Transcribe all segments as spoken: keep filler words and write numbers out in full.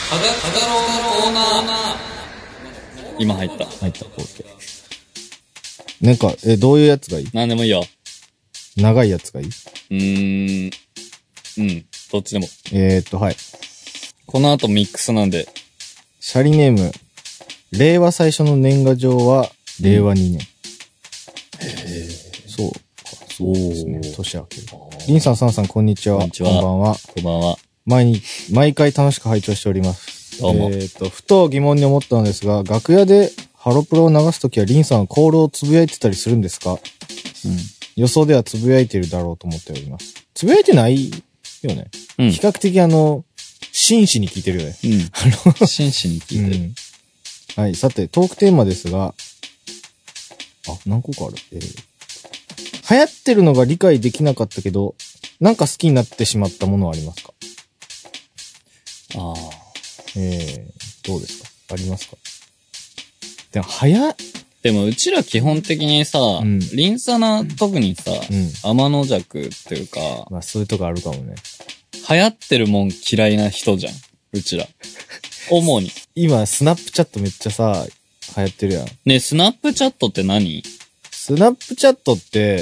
ただ、ただろうのコーナー。今入った。 入った、OK。なんか、え、どういうやつがいい？ なんでもいいよ。 長いやつがいい？うーん。うん。どっちでも。 えーっと、はい。 この後ミックスなんで。 シャリネーム、令和最初の年賀状は、令和にねん。 へえ。 そうか、そうですね。年明ける。リンさん、サンさん、こんにちは。 こんにちは。 こんばんは。 こんばんは。 毎日、毎回楽しく拝聴しております。 どうも。 えーっと、ふと疑問に思ったのですが、楽屋でハロプロを流すときは、リンさんはコールをつぶやいてたりするんですか？ うん。 予想ではつぶやいているだろうと思っております。つぶやいてないよね。 うん。 比較的あの、真摯に聞いてるよね。 うん。 あの、 真摯に聞いてる。 うん。はい。さて、トークテーマですが、あ、何個かある。えー、流行ってるのが理解できなかったけど、なんか好きになってしまったものはありますか？ ああ。 えー、どうですか？ありますか？でも、流行、 でも、うちら基本的にさ、 うん、 リンサナ特にさ、 うん。 天の弱っていうか、 まあ、そういうとこあるかもね。 流行ってるもん嫌いな人じゃん。うちら。主に。 今、スナップチャットめっちゃさ、流行ってるやん。 ね、スナップチャットって何？ スナップチャットって、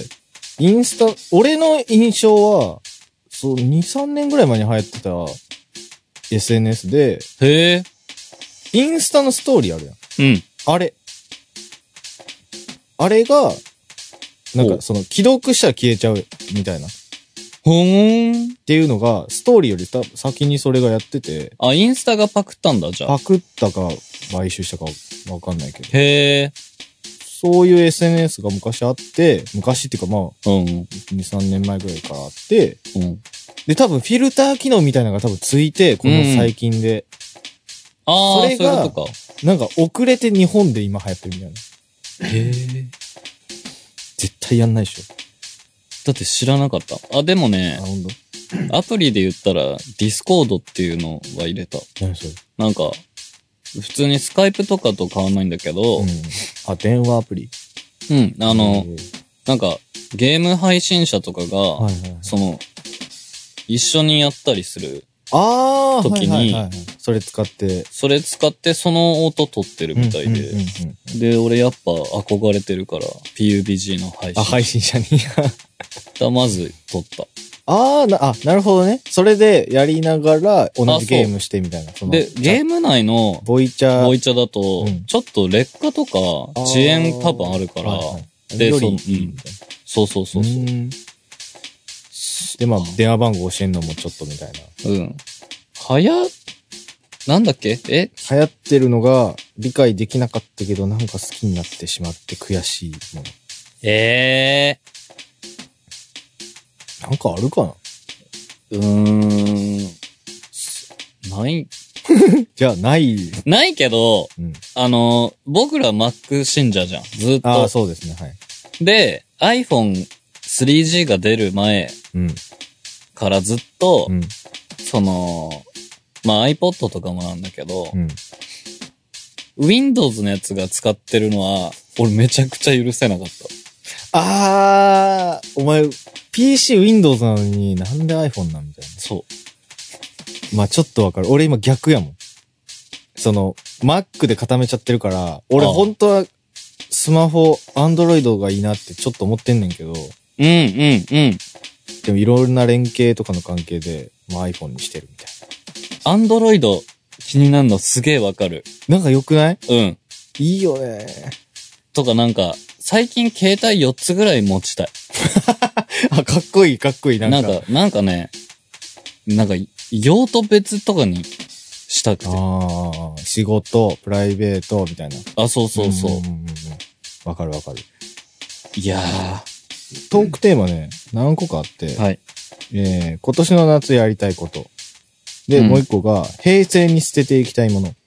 インスタ、俺の印象は、そう、に、さんねんぐらい前に流行ってた エスエヌエス で、 へえ。 インスタのストーリーあるやん。 うん。 あれ。あれが、なんかその、既読したら消えちゃう、みたいな。っほーん。 ていうのが、ストーリーよりた先にそれがやってて、 あ、インスタがパクったんだ、じゃあ。 パクったか、買収したかわかんないけど。 へえ。 そういう エスエヌエス が昔あって、昔っていうかまあ、 うん。 に、さんねんまえぐらいからあって、 うん。 で、多分フィルター機能みたいなのが多分ついて、この最近で。 ああ、 それがそういうことか。 なんか遅れて日本で今流行ってるみたいな。 へえ。 絶対やんないでしょ。 だって知らなかった。あ、でもねあ、、ほんと？ アプリで言ったら、ディスコードっていうのは入れた。 何それ？ なんか、普通にスカイプとかと変わんないんだけど、 うん。あ、電話アプリ。 うん、あの、 へーなんか、ゲーム配信者とかが、 はいはいはい。 その、一緒にやったりする。 ああ、 時にはいはいはいはい、それ使って。 それ使ってその音取ってるみたいで。 うんうんうんうん、 で、俺やっぱ憧れてるから、ピーユービージー の配信。 あ、配信者に。 だ、まず撮った。 ああ、な、あ、なるほどね。それでやりながら同じゲームしてみたいな。そので、ゲーム内のボイチャー。 ボイチャだと、 うんちょっと劣化とか遅延多分あるから、 はいはい、 で、 よりその、うん、そうそうそうそう。 うんで、まあ、電話番号教えんのもちょっとみたいな。 うん。はや、なんだっけえ流行ってるのが理解できなかったけど、なんか好きになってしまって悔しいもの。 ええなんかあるかな？ ー。うーん。ない、 じゃあ、ない。 ないけど、 うん、 あの、僕ら Mac 信者じゃん。ずっと。 ああ、そうですね、はい。 で、アイフォンスリージー が出る前うん。 からずっと、 うん。 その、まあ iPod とかもなんだけど、 うん。 Windows のやつが使ってるのは、俺めちゃくちゃ許せなかった。 あー、お前、ピーシーWindows なのになんで iPhone なんみたいな。 そう。 まあちょっとわかる。俺今逆やもん。その、Mac で固めちゃってるから、俺本当はスマホ、Android がいいなってちょっと思ってんねんけど、 うんうんうん。 でもいろんな連携とかの関係で、まあ、iPhone にしてるみたいな。Android 気になるのすげえわかる。 なんか良くない？ うん。 いいよね。 とかなんか、最近携帯よっつぐらい持ちたい。 あ、かっこいい、かっこいい。なんか、 なんか、なんかね、なんか、用途別とかにしたくて。 ああ、仕事、プライベート、みたいな。 あ、そうそうそう。 んんんんわかるわかる。 いやー。 トークテーマね、何個かあって、 はい。 えー、今年の夏やりたいこと。で、 うんもう一個が、平成に捨てていきたいもの。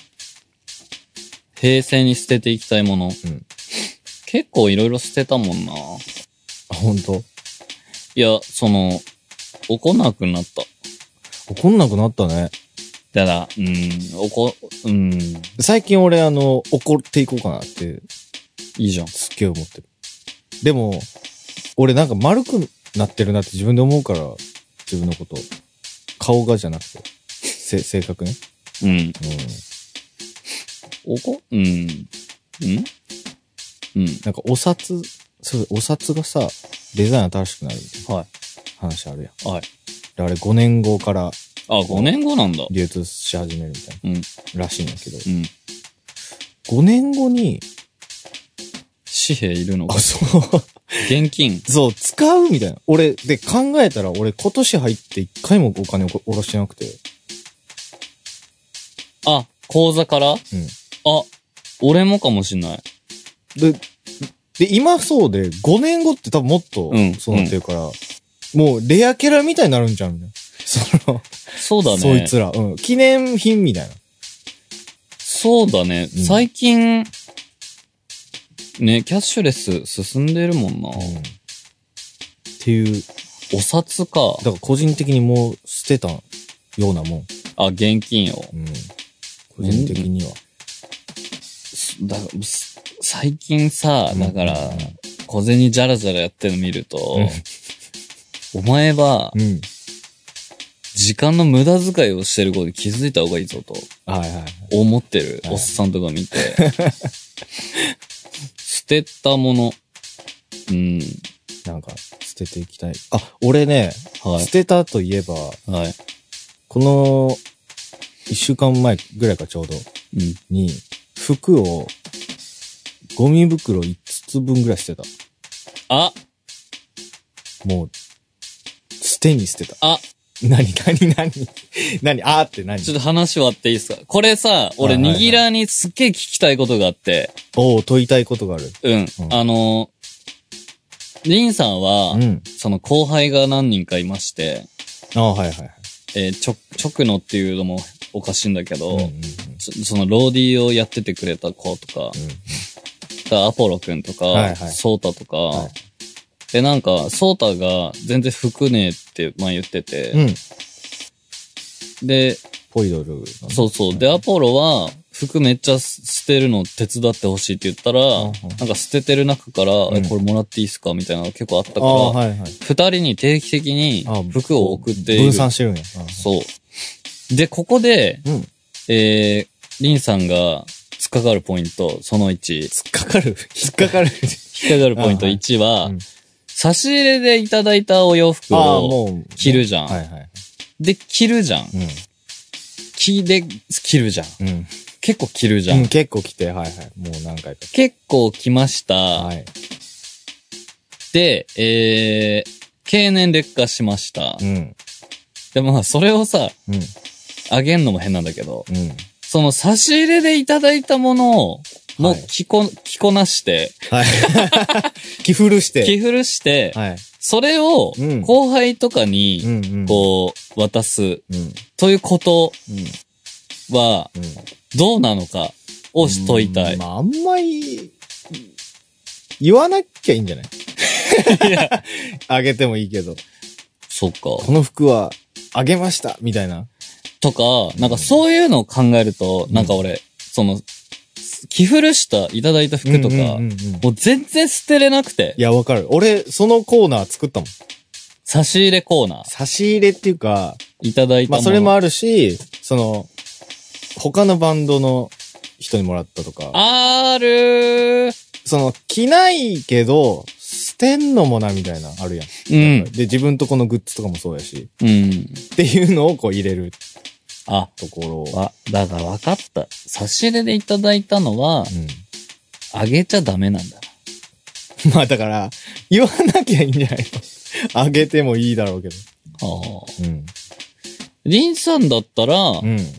平成に捨てていきたいもの。 うん。 結構いろいろ捨てたもんな。 あ、ほんと？ いや、その、怒んなくなった。 怒んなくなったね。 だから、うん、怒、うん、 最近俺あの、怒っていこうかなって、 いいじゃん。 すっげえ思ってる。でも、俺なんか丸くなってるなって自分で思うから、自分のこと。顔がじゃなくて、せ、性格ね。 うん。 うん。 おこうん。うんうん。 なんかお札、そう、お札がさ、デザイン新しくなるはい。 話あるやん。 はい。 であれごねんごからあ、ごねんごなんだ。 流通し始めるみたいうん。 な、らしいんだけど、 うん。 ごねんごに、 紙幣いるのかあ、。そう、 現金。 そう、使うみたいな。俺、で考えたら俺今年入って一回もお金を下ろしてなくて。 あ、口座からうん。 あ、俺もかもしんない。 で、で、今そうで、ごねんごって多分もっとうん、 そうなってるから、もうレアキャラみたいになるんちゃうみたいな。その、 そうだね。 そいつら。うん。記念品みたいな。 そうだね。 うん最近、ね、キャッシュレス進んでるもんな。 うん。っていう、 お札か。 だから個人的にもう捨てたようなもん。 あ、現金を。 うん。個人的には。 だす最近さ、 うんだからうん、 小銭ジャラジャラやってるの見ると、お前はう、ん。 時間の無駄遣いをしてることに気づいた方がいいぞと、 はいはいはい。 思ってるはいおっさんとか見て、捨てたもの、うん、 なんか、捨てていきたい。あ、俺ね、 はい捨、てたといえば、 はい、 この、一週間前ぐらいかちょうどうん。 に、服を、ゴミ袋いつつぶんぐらい捨てた。 あ、 もう、捨てに捨てた。 あ、 なになになになにあーって何ちょっと話割っていいですか？これさ、俺、 はいはいはいにぎらにすっげえ聞きたいことがあって、 おー、問いたいことがある。 うん。 うんあの、リンさんは、 うん。 その後輩が何人かいまして、 ああ、はいはいはい。 えーちょ、直のっていうのもおかしいんだけど、 うんうんうん。 そそのローディーをやっててくれた子とか、アポロくんとか、 はいはいソータとか、 はいで、なんか、ソータが全然服ねえって前言ってて、 うん。うん。 で、 ポイドルのね。 そうそう。で、アポロは、服めっちゃ捨てるの手伝ってほしいって言ったら、 うんうんなんか捨ててる中から、 んえ、これもらっていいっすかみたいなのが結構あったから、 ああ、はいはい。 二人に定期的にあ服を送っている。 分散してるんや。 そう。で、ここで、 う。うん。 えー、リンさんが突っかかるポイント、そのいち。 突っかかる。引っかかる。 引っかかるポイントいちは、 うん差し入れでいただいたお洋服ああ、 をもう。 着るじゃん。 はいはい。 で、着るじゃん。 う着で着るじゃん。 ん。うん。 結構着るじゃん。 うん、結構来て、はいはい。もう何回か。 結構着ました。 はい。 で、えー、経年劣化しました。 うん。 でもまあ、それをさ、 うん。 あげんのも変なんだけど、 うん。 その差し入れでいただいたものを、もうはい着こ、着こなして、 はい。着古して。 着古して、 はい。 それをうん後輩とかうに、 んうん。 こう、渡す、 うん。 ということうん。 は、 うん。 どうなのかをしといたい。 まあ、あんまり、言わなきゃいいんじゃないいや、 あげてもいいけど。 そっか。 この服は、あげましたみたいな。 とか、なんかそういうのを考えると、なんか俺、その、着古したいただいた服とか、 うんうんうんうんもう全然捨てれなくてい、や、わかる。俺、そのコーナー作ったもん。 差し入れコーナー、 差し入れっていうか、 いただいたもの。 まあ、それもあるし、その、他のバンドの人にもらったとか、 あるー。 その、着ないけど、捨てんのもな、みたいな、あるやん。 うん。 で、自分とこのグッズとかもそうやし、 うん。 っていうのをこう入れるあ、 ところを。 わ、だから分かった。差し入れでいただいたのは、 うあげちゃダメなんだ。 ん。まあだから、言わなきゃいいんじゃないのあげてもいいだろうけど。 ああ。 うん。 リンさんだったら、 うん。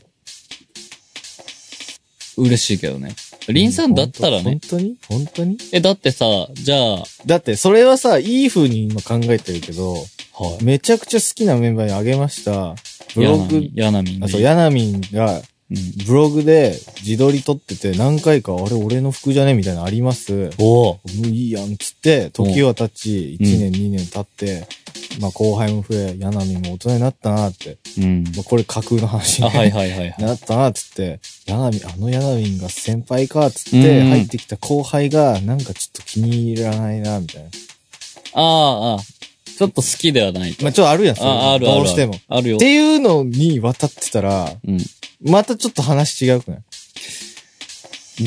嬉しいけどね。リンさんだったらね本。当に本当にえ、だってさ、じゃあ、 だって、それはさ、いい風に今考えてるけど、 はい。 めちゃくちゃ好きなメンバーにあげました。ブログ、 ヤナミン。 あ、そう、ヤナミンが、 うん。 ブログで自撮り撮ってて何回か、あれ俺の服じゃねみたいなのあります。 おお。 もういいやん、つって、時は経ち、いちねん、にねん経って、まあ後輩も増え、ヤナミンも大人になったなって、 うん。 まあこれ架空の話あ、 ねはいはいはいはい。 なったな、つって、ヤナミン、あのヤナミンが先輩か、つって、 うん入ってきた後輩が、なんかちょっと気に入らないな、みたいな。 ああ、ああ。 ちょっと好きではないと。 まあ、ちょっとあるやん、それあ、あるある。 どうしても。 あるよ。 っていうのに渡ってたら、 うん。 またちょっと話違うくない？ うん。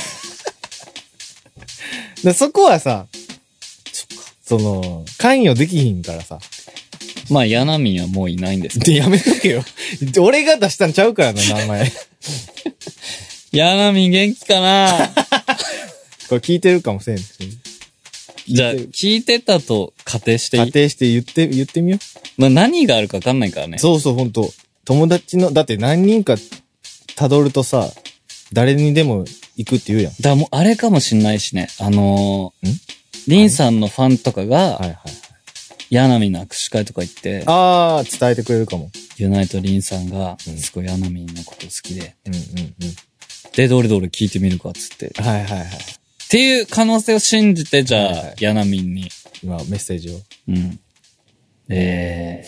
でそこはさ、その、関与できひんからさ。 まあ、ヤナミンはもういないんですけで、やめとけよ。俺が出したんちゃうからな、名前。 ど。ヤナミン元気かなこれ聞いてるかもしれん。 じゃあ、聞いてたと仮定していい？ 仮定して言って、言ってみよう。 まあ、何があるか分かんないからね。 そうそう、ほんと。友達の、だって何人か辿るとさ、誰にでも行くって言うやん。 だからもう、あれかもしんないしね。あのー、 んリンさんのファンとかが、 はいはい。 ヤナミンの握手会とか行って、 あー、伝えてくれるかも。 ユナイトリンさんが、 うんすごいヤナミンのこと好きで、 うんうんうん。 で、どれどれ聞いてみるかっつって。っはいはいはい。 ていう可能性を信じて、じゃあ、 はいはいヤナミンに。 今、メッセージを。 うん。え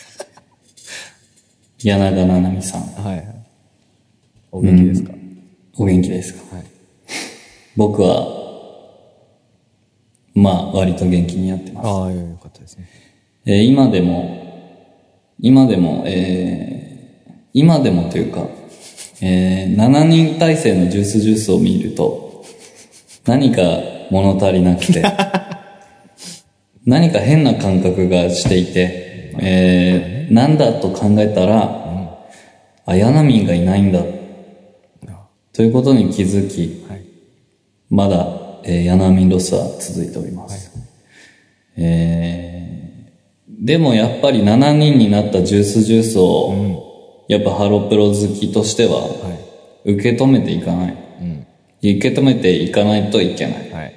ー、柳川七海さん。 はいはい。お元気ですか？ お元気ですか？ はい。 僕は、まあ、割と元気にやってます。 ああ、よかったですね。 えー今でも、今でも、えー、今でもというか、えー、しちにん体制のジュースジュースを見ると、何か物足りなくて、何か変な感覚がしていて、えー、なんだと考えたら、あ、ヤナミンがいないんだ、ということに気づき、 はい。 まだ、えー、ヤナミンロスは続いております。えー、でもやっぱりしちにんになったジュースジュースを、やっぱハロプロ好きとしては、 はい。 受け止めていかない。 うん。 受け止めていかないといけない。 はい。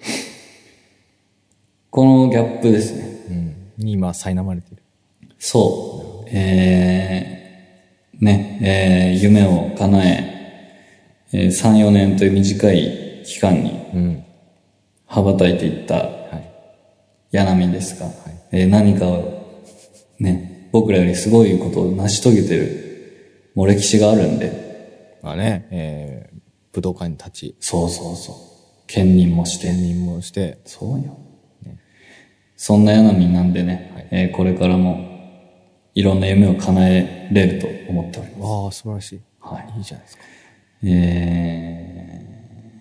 このギャップですね。 うん。に今、苛まれてる。 そう。えー、ね、えー、夢を叶え、えー、さん、よねんという短い期間にうん。 羽ばたいていったはい。 ヤナミンですが、えー何かをね、僕らよりすごいことを成し遂げてる、もう歴史があるんで、 まあね、えー、武道館に立ち、 そうそうそう。兼任もして兼。任もして、 そうよ。そんなヤナミンなんでね、 はいえーこれからもいろんな夢を叶えれると思っております。 ああ、素晴らしい。 はい。 いいじゃないですか。 え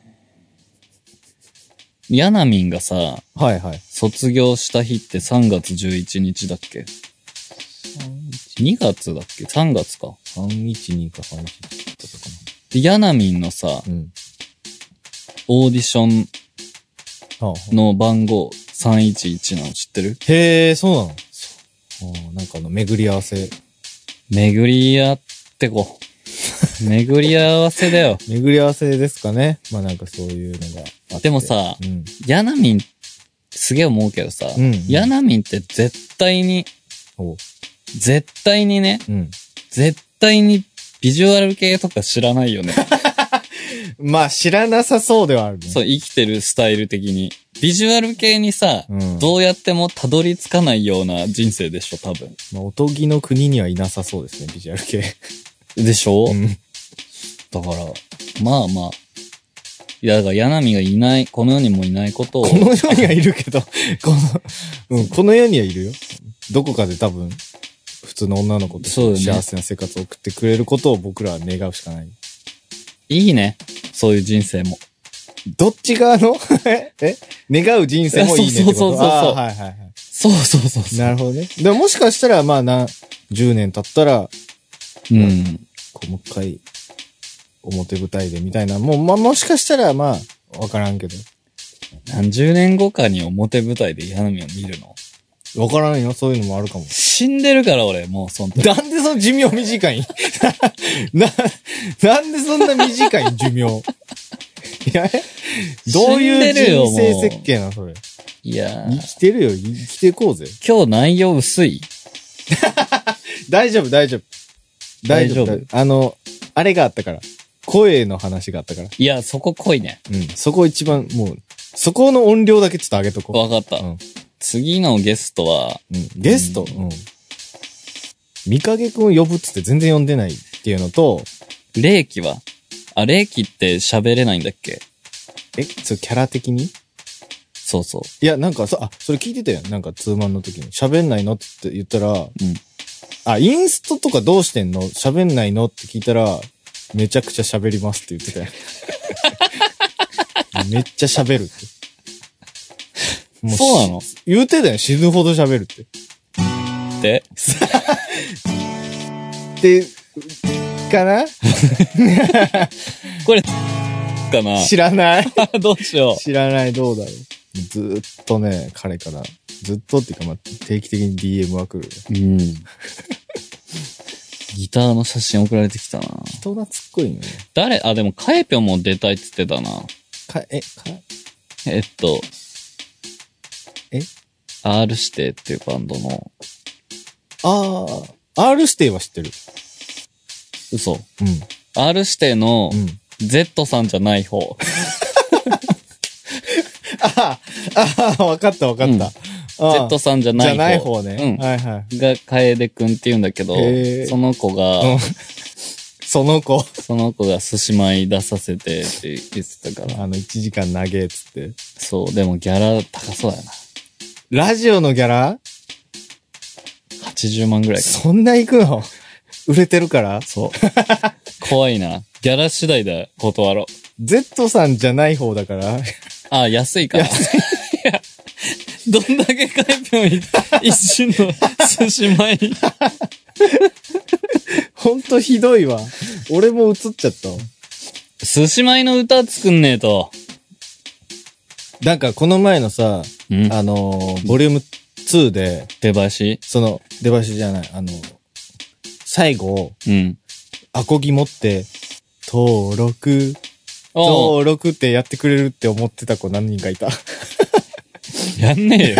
ー、ヤナミンがさ、 はいはい。 卒業した日ってさんがつじゅういちにちだっけ ?に 月だっけ ?さん 月か。 さんいちにかさんいちいちだったかで、ヤナミンのさ、 な。うん。 オーディションああ、 の番号さんいちいちなの知ってる？ へえ、そうなの？そう。ああ、なんかあの、巡り合わせ。 巡り合ってこう。巡り合わせだよ。 巡り合わせですかね。まあなんかそういうのがあって。 でもさうん。 ヤナミン、すげえ思うけどさ、 うんヤナミンって絶対に、 おう。 絶対にね、 うん。 絶対にビジュアル系とか知らないよね。 まあ知らなさそうではあるね。 そう、生きてるスタイル的に。ビジュアル系にさ、 うんどうやってもたどり着かないような人生でしょ、多分。 まあ、おとぎの国にはいなさそうですね、ビジュアル系。 でしょ、 うん。 だから、まあまあ。いや、だから、ヤナミがいない、この世にもいないことを。 この世にはいるけど、この、うん、この世にはいるよ。どこかで多分、普通の女の子とそうだね幸せな生活を送ってくれることを僕らは願うしかない。 いいね。そういう人生も。 どっち側のええ願う人生もいいねってこと。 そうそうそうそうあーはいはいはい。 そうそうそうそう。 なるほどね。でももしかしたら、まあな、じゅうねん経ったら、 うん。 こう、もう一回、表舞台でみたいな、もう、まあ、もしかしたら、まあ、わからんけど。 何十年後かに表舞台でヤナミを見るの？ わからんよ、そういうのもあるかも。 死んでるから俺、もうそんと。 なんでその寿命短いんな、なんでそんな短いん寿命。いや、えどういう死んでるよ人生もう設計なのそれ。 いや生ー、 きてるよ、生きてこうぜ。 今日内容薄い？ 大丈夫、大丈夫。大丈夫。 大丈あの、あれがあったから。声の話があったから。 いや、そこ濃いね。 うん。そこ一番、もう、そこの音量だけちょっと上げとこう。 わかった。 うん。 次のゲストは、 うん。ゲスト、うん。三影くんを呼ぶっつって全然呼んでないっていうのと、 霊気はあ、霊気って喋れないんだっけ？ え、そう、キャラ的にそうそう。 いや、なんかさ、あ、それ聞いてたよ。なんかツーマンの時に。喋んないのって言ったら、 うん。 あ、インストとかどうしてんの喋んないのって聞いたら、めちゃくちゃ喋りますって言ってたよ。めっちゃ喋るって。もそうなの？ 言うてたよ。死ぬほど喋るって。 でで、かなこれ、かな知らない。 どうしよ知らない、どうだろう。ずーっとね、彼から、ずっとっていうか、まあ、定期的に ディーエム は来る。 う。うん。ギターの写真送られてきたな。 人懐っこいよね。 誰あ、でも、カエピョンも出たいって言ってたな。 か、え、か、 えっと、 え ?R 指定っていうバンドの、 ああ、R 指定は知ってる。 嘘。 うん。 R 指定のう、ん。 Z さんじゃない方。 ああ、あわかったわかった。あ Z さんじゃない方。 じゃない方ね。 うん。 はいはい。 が、楓くんって言うんだけどへー、 その子が、 うんその子。 その子が寿司米出させてって言ってたから。 あの、いちじかん長えっつって。 そう、でもギャラ高そうやな。 ラジオのギャラはちじゅうまんぐらいかな。 そんな行くの売れてるからそう。怖いな。ギャラ次第で断ろう。 Z さんじゃない方だから。 あ、安いから。安い。いや、どんだけカイピョン一瞬の寿司米に。 ほんとひどいわ。俺も映っちゃったわ。 寿司米の歌作んねえと。 なんかこの前のさ、 うんあのー、ボリュームツーで、 出囃子その、出囃子じゃない、あの、最後、 うん。 アコギ持って、登録、 おう登録ってやってくれるって思ってた子何人かいた。 やんねえよ。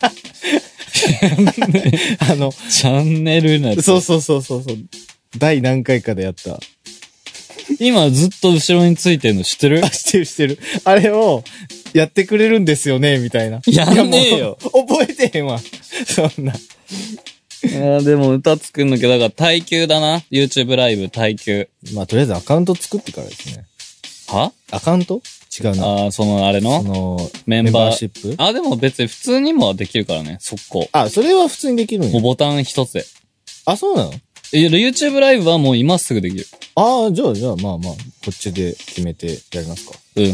あの、 チャンネルのやつ。 そうそうそうそうそう。第何回かでやった。 今ずっと後ろについてんの知ってるあ、してるしてる。あれを、やってくれるんですよね、みたいな。 やんねえよ。 いやもう覚えてへんわ。そんな。 いやでも歌作んのけど、だから耐久だな。YouTube ライブ耐久。 まあ、とりあえずアカウント作ってからですね。 はアカウント違うな。 ああ、そのあれのその、 メンバーシップあ、でも別に普通にもできるからね、速攻。 あ、それは普通にできるんや。 もうボタン一つで。 あ、そうなのえ YouTube ライブはもう今すぐできる。 ああ、じゃあ、じゃあ、まあまあ、こっちで決めてやりますか。 うん。うん。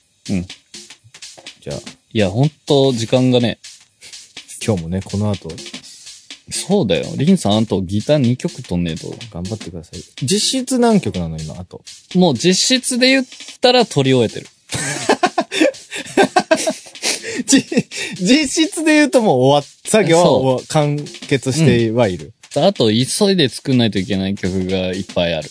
じゃあ、 いや、ほんと、時間がね。 今日もね、この後、 そうだよ。リンさん、あんとギターにきょく取んねえと。 頑張ってください。実質何曲なの今、あと。 もう実質で言ったら取り終えてる。 じ、実質で言うともう終わっ、作業は終わ完結してはいる。 あと、急いで作んないといけない曲がいっぱいある。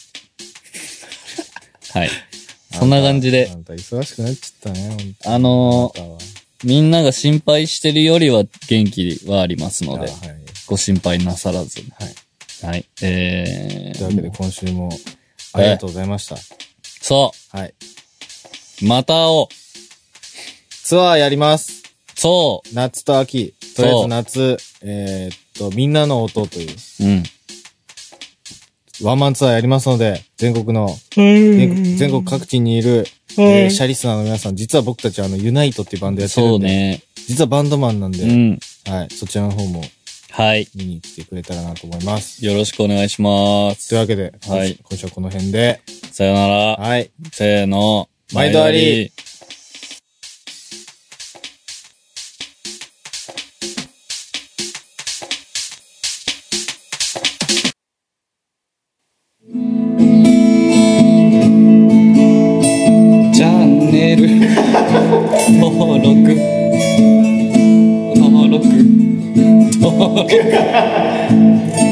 はい。そんな感じであ。んた忙しくなっちゃったね、ほんとにあのーあなたはみんなが心配してるよりは元気はありますので、 あはい。 ご心配なさらず。 はい。 はい。えー。 というわけで今週もありがとうございました。 そはい。 う。また会おう。 ツアーやります。 そ夏と秋。とりあえず夏、えー、っと、みんなの音というう。うん。 ワンマンツアーやりますので、全国の、全国全国各地にいる、えー、シャリスナーの皆さん、実は僕たちあの、ユナイトっていうバンドやってるんで、 そうね。 実はバンドマンなんで、 うん。 はい、そちらの方もはい。 見に来てくれたらなと思います。 よろしくお願いします。 というわけで、 はい今週はこの辺で、 さよなら。 はい、 せーの。 毎度あり。 チャンネル登録登録登録